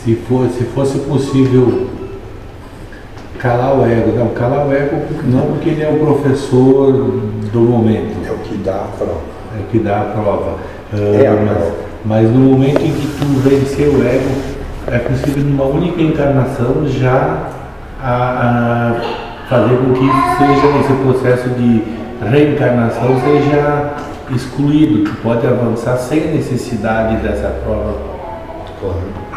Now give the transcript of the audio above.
se fosse possível calar o ego, não, calar o ego não porque ele é o professor do momento. É o que dá a prova. É o que dá a prova. Prova. Mas no momento em que tu vencer o ego, é possível numa única encarnação já fazer com que isso seja, esse processo de reencarnação seja excluído. Tu pode avançar sem necessidade dessa prova. Claro.